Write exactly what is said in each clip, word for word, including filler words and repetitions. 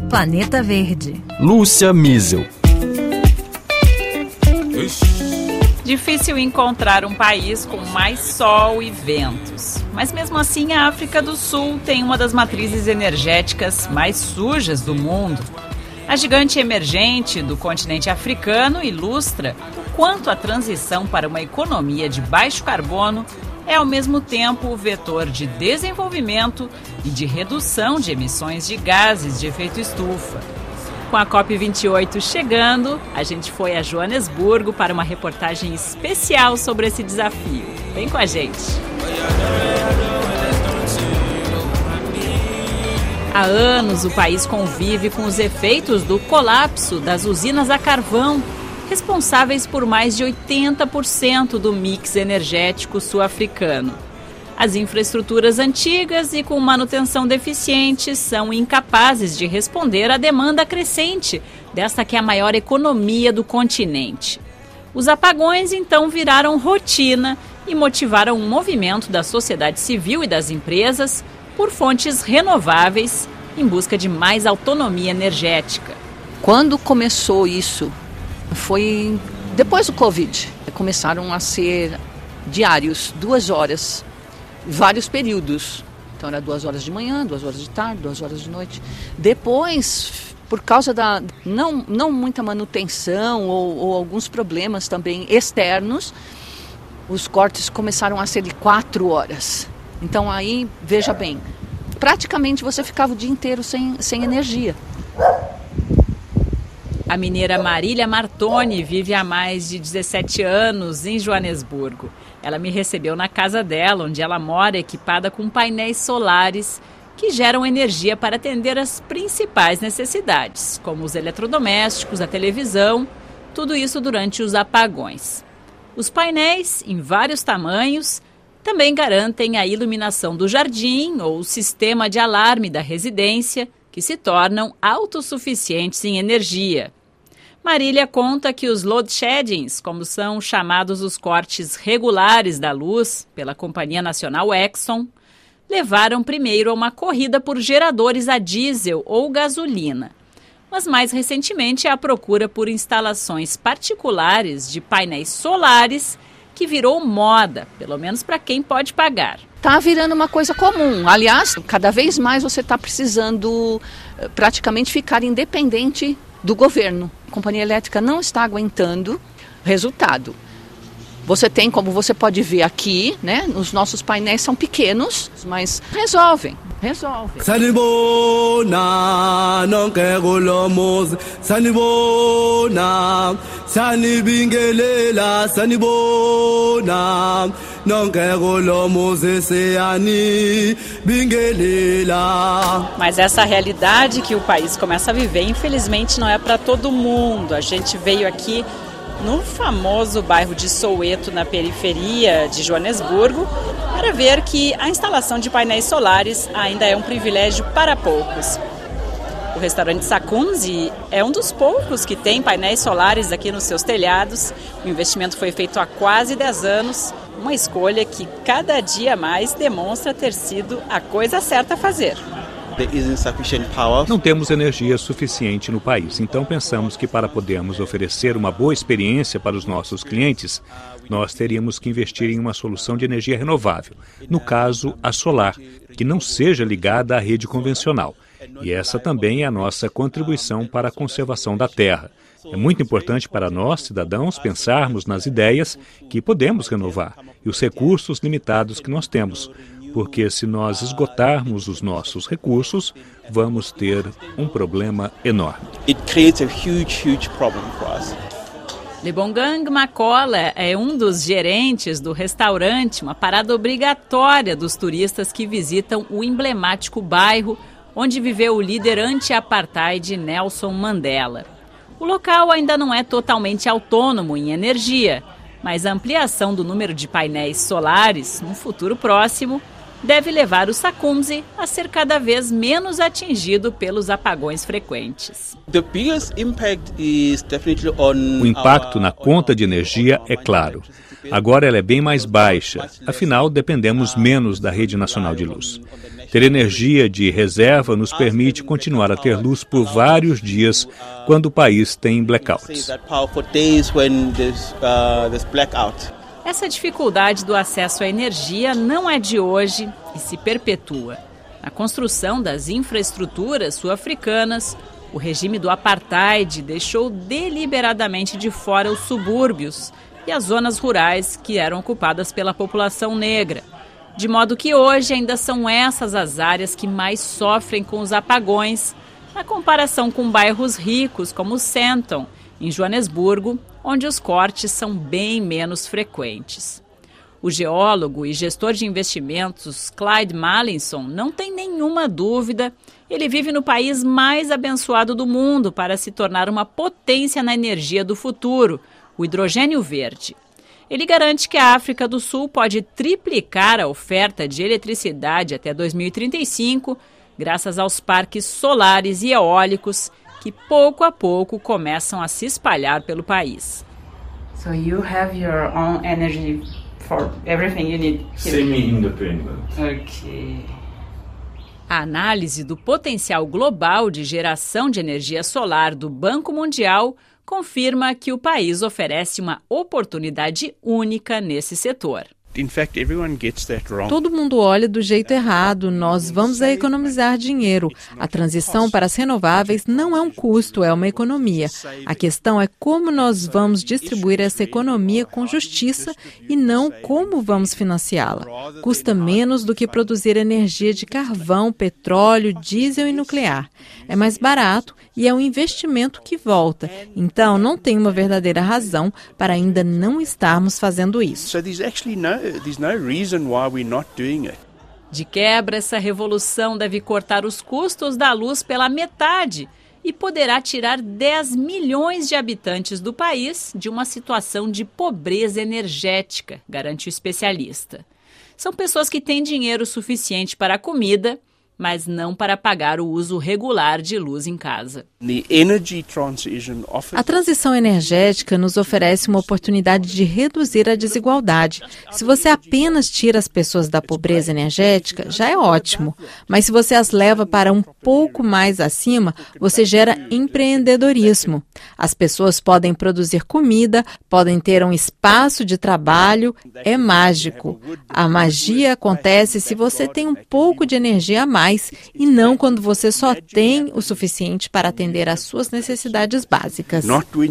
Planeta Verde. Lúcia Miesel. Difícil encontrar um país com mais sol e ventos. Mas mesmo assim, a África do Sul tem uma das matrizes energéticas mais sujas do mundo. A gigante emergente do continente africano ilustra o quanto a transição para uma economia de baixo carbono é ao mesmo tempo o vetor de desenvolvimento e de redução de emissões de gases de efeito estufa. Com a COP vinte e oito chegando, a gente foi a Joanesburgo para uma reportagem especial sobre esse desafio. Vem com a gente! Há anos o país convive com os efeitos do colapso das usinas a carvão, responsáveis por mais de oitenta por cento do mix energético sul-africano. As infraestruturas antigas e com manutenção deficiente são incapazes de responder à demanda crescente desta que é a maior economia do continente. Os apagões, então, viraram rotina e motivaram um movimento da sociedade civil e das empresas por fontes renováveis em busca de mais autonomia energética. Quando começou isso, foi depois do Covid. Começaram a ser diários, duas horas. Vários períodos. Então era duas horas de manhã, duas horas de tarde, duas horas de noite. Depois, por causa da não, não muita manutenção ou, ou alguns problemas também externos, os cortes começaram a ser de quatro horas. Então aí, veja bem, praticamente você ficava o dia inteiro sem, sem energia. A mineira Marília Martoni vive há mais de dezessete anos em Joanesburgo. Ela me recebeu na casa dela, onde ela mora, equipada com painéis solares que geram energia para atender as principais necessidades, como os eletrodomésticos, a televisão, tudo isso durante os apagões. Os painéis, em vários tamanhos, também garantem a iluminação do jardim ou o sistema de alarme da residência, que se tornam autossuficientes em energia. Marília conta que os load sheddings, como são chamados os cortes regulares da luz pela Companhia Nacional Exxon, levaram primeiro a uma corrida por geradores a diesel ou gasolina. Mas mais recentemente a procura por instalações particulares de painéis solares, que virou moda, pelo menos para quem pode pagar. Está virando uma coisa comum. Aliás, cada vez mais você está precisando praticamente ficar independente do governo. A companhia elétrica não está aguentando. Resultado, você tem, como você pode ver aqui, né? Os nossos painéis são pequenos, mas resolvem. Resolve. Sanibona, não quero lomos. Sanibona, sanibingelela. Sanibona, não quero lomos. Esse ani bingelela. Mas essa realidade que o país começa a viver, infelizmente, não é para todo mundo. A gente veio aqui no famoso bairro de Soweto, na periferia de Joanesburgo, para ver que a instalação de painéis solares ainda é um privilégio para poucos. O restaurante Sakunzi é um dos poucos que tem painéis solares aqui nos seus telhados. O investimento foi feito há quase dez anos, uma escolha que cada dia mais demonstra ter sido a coisa certa a fazer. Não temos energia suficiente no país, então pensamos que para podermos oferecer uma boa experiência para os nossos clientes, nós teríamos que investir em uma solução de energia renovável, no caso, a solar, que não seja ligada à rede convencional. E essa também é a nossa contribuição para a conservação da terra. É muito importante para nós, cidadãos, pensarmos nas ideias que podemos renovar e os recursos limitados que nós temos. Porque se nós esgotarmos os nossos recursos, vamos ter um problema enorme. It creates a huge, huge problem for us. Lebongang Makola é um dos gerentes do restaurante, uma parada obrigatória dos turistas que visitam o emblemático bairro onde viveu o líder anti-apartheid Nelson Mandela. O local ainda não é totalmente autônomo em energia, mas a ampliação do número de painéis solares, num futuro próximo, deve levar o Sakunzi a ser cada vez menos atingido pelos apagões frequentes. O impacto na conta de energia é claro. Agora ela é bem mais baixa, afinal dependemos menos da Rede Nacional de Luz. Ter energia de reserva nos permite continuar a ter luz por vários dias quando o país tem blackouts. Essa dificuldade do acesso à energia não é de hoje e se perpetua. Na construção das infraestruturas sul-africanas, o regime do apartheid deixou deliberadamente de fora os subúrbios e as zonas rurais que eram ocupadas pela população negra. De modo que hoje ainda são essas as áreas que mais sofrem com os apagões, na comparação com bairros ricos como Sandton, em Joanesburgo, onde os cortes são bem menos frequentes. O geólogo e gestor de investimentos Clyde Mallinson não tem nenhuma dúvida. Ele vive no país mais abençoado do mundo para se tornar uma potência na energia do futuro, o hidrogênio verde. Ele garante que a África do Sul pode triplicar a oferta de eletricidade até dois mil e trinta e cinco, graças aos parques solares e eólicos que pouco a pouco começam a se espalhar pelo país. So you have your own energy for everything you need. Semi-independent. Okay. A análise do potencial global de geração de energia solar do Banco Mundial confirma que o país oferece uma oportunidade única nesse setor. Todo mundo olha do jeito errado. Nós vamos a economizar dinheiro. A transição para as renováveis não é um custo, é uma economia. A questão é como nós vamos distribuir essa economia com justiça e não como vamos financiá-la. Custa menos do que produzir energia de carvão, petróleo, diesel e nuclear. É mais barato e é um investimento que volta. Então, não tem uma verdadeira razão para ainda não estarmos fazendo isso. De quebra, essa revolução deve cortar os custos da luz pela metade e poderá tirar dez milhões de habitantes do país de uma situação de pobreza energética, garante o especialista. São pessoas que têm dinheiro suficiente para a comida, mas não para pagar o uso regular de luz em casa. A transição energética nos oferece uma oportunidade de reduzir a desigualdade. Se você apenas tira as pessoas da pobreza energética, já é ótimo. Mas se você as leva para um pouco mais acima, você gera empreendedorismo. As pessoas podem produzir comida, podem ter um espaço de trabalho. É mágico. A magia acontece se você tem um pouco de energia a mais e não quando você só tem o suficiente para atender às suas necessidades básicas.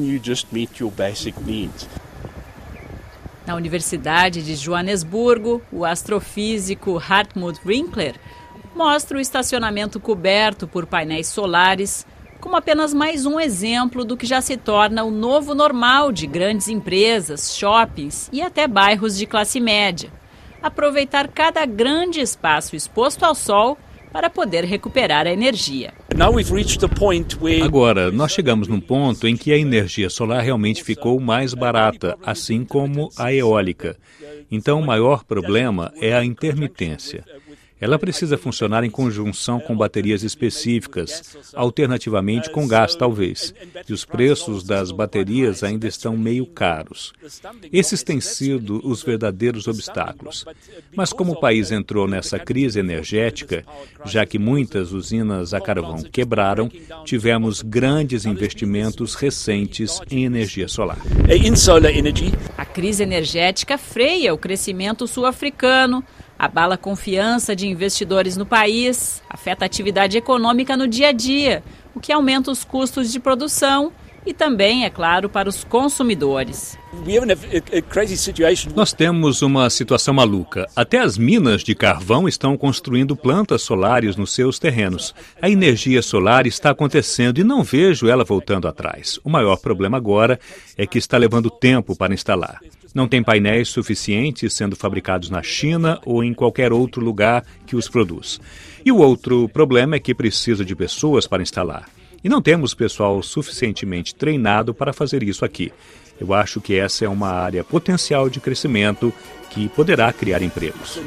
Na Universidade de Joanesburgo, o astrofísico Hartmut Winkler mostra o estacionamento coberto por painéis solares como apenas mais um exemplo do que já se torna o novo normal de grandes empresas, shoppings e até bairros de classe média. Aproveitar cada grande espaço exposto ao sol para poder recuperar a energia. Agora, nós chegamos num ponto em que a energia solar realmente ficou mais barata, assim como a eólica. Então, o maior problema é a intermitência. Ela precisa funcionar em conjunção com baterias específicas, alternativamente com gás, talvez. E os preços das baterias ainda estão meio caros. Esses têm sido os verdadeiros obstáculos. Mas como o país entrou nessa crise energética, já que muitas usinas a carvão quebraram, tivemos grandes investimentos recentes em energia solar. A crise energética freia o crescimento sul-africano, abala a confiança de investidores no país, afeta a atividade econômica no dia a dia, o que aumenta os custos de produção e também, é claro, para os consumidores. Nós temos uma situação maluca. Até as minas de carvão estão construindo plantas solares nos seus terrenos. A energia solar está acontecendo e não vejo ela voltando atrás. O maior problema agora é que está levando tempo para instalar. Não tem painéis suficientes sendo fabricados na China ou em qualquer outro lugar que os produz. E o outro problema é que precisa de pessoas para instalar. E não temos pessoal suficientemente treinado para fazer isso aqui. Eu acho que essa é uma área potencial de crescimento que poderá criar empregos.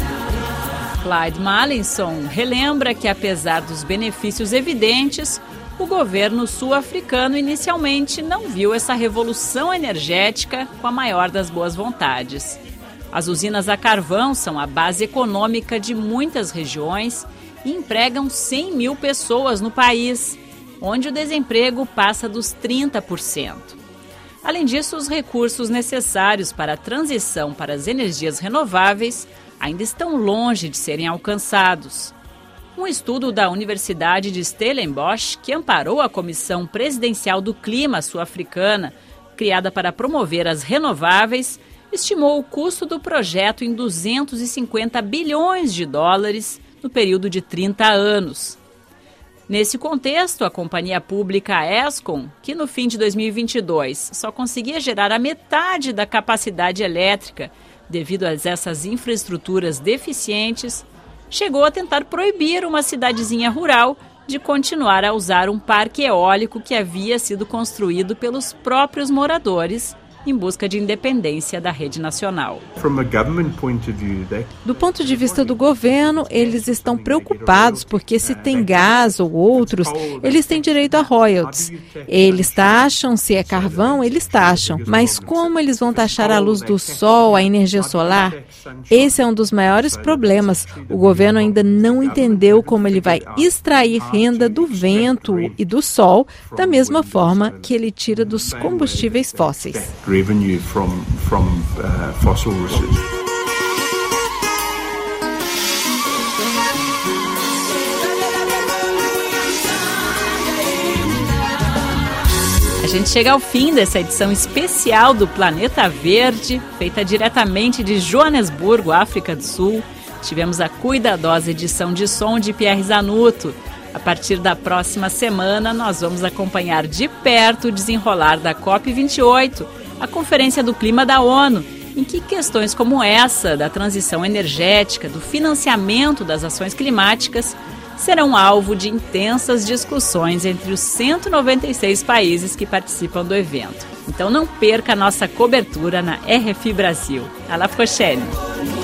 Clyde Mallinson relembra que, apesar dos benefícios evidentes, o governo sul-africano inicialmente não viu essa revolução energética com a maior das boas vontades. As usinas a carvão são a base econômica de muitas regiões e empregam cem mil pessoas no país, onde o desemprego passa dos trinta por cento. Além disso, os recursos necessários para a transição para as energias renováveis ainda estão longe de serem alcançados. Um estudo da Universidade de Stellenbosch, que amparou a Comissão Presidencial do Clima sul-africana, criada para promover as renováveis, estimou o custo do projeto em duzentos e cinquenta bilhões de dólares no período de trinta anos. Nesse contexto, a companhia pública Eskom, que no fim de dois mil e vinte e dois só conseguia gerar a metade da capacidade elétrica devido a essas infraestruturas deficientes, chegou a tentar proibir uma cidadezinha rural de continuar a usar um parque eólico que havia sido construído pelos próprios moradores em busca de independência da rede nacional. Do ponto de vista do governo, eles estão preocupados porque se tem gás ou outros, eles têm direito a royalties. Eles taxam, se é carvão, eles taxam. Mas como eles vão taxar a luz do sol, a energia solar? Esse é um dos maiores problemas. O governo ainda não entendeu como ele vai extrair renda do vento e do sol, da mesma forma que ele tira dos combustíveis fósseis. Revenue from, from uh, fossil resources. A gente chega ao fim dessa edição especial do Planeta Verde, feita diretamente de Joanesburgo, África do Sul. Tivemos a cuidadosa edição de som de Pierre Zanuto. A partir da próxima semana, nós vamos acompanhar de perto o desenrolar da COP vinte e oito, a Conferência do Clima da ONU, em que questões como essa, da transição energética, do financiamento das ações climáticas, serão alvo de intensas discussões entre os cento e noventa e seis países que participam do evento. Então não perca a nossa cobertura na R F I Brasil. À la prochaine!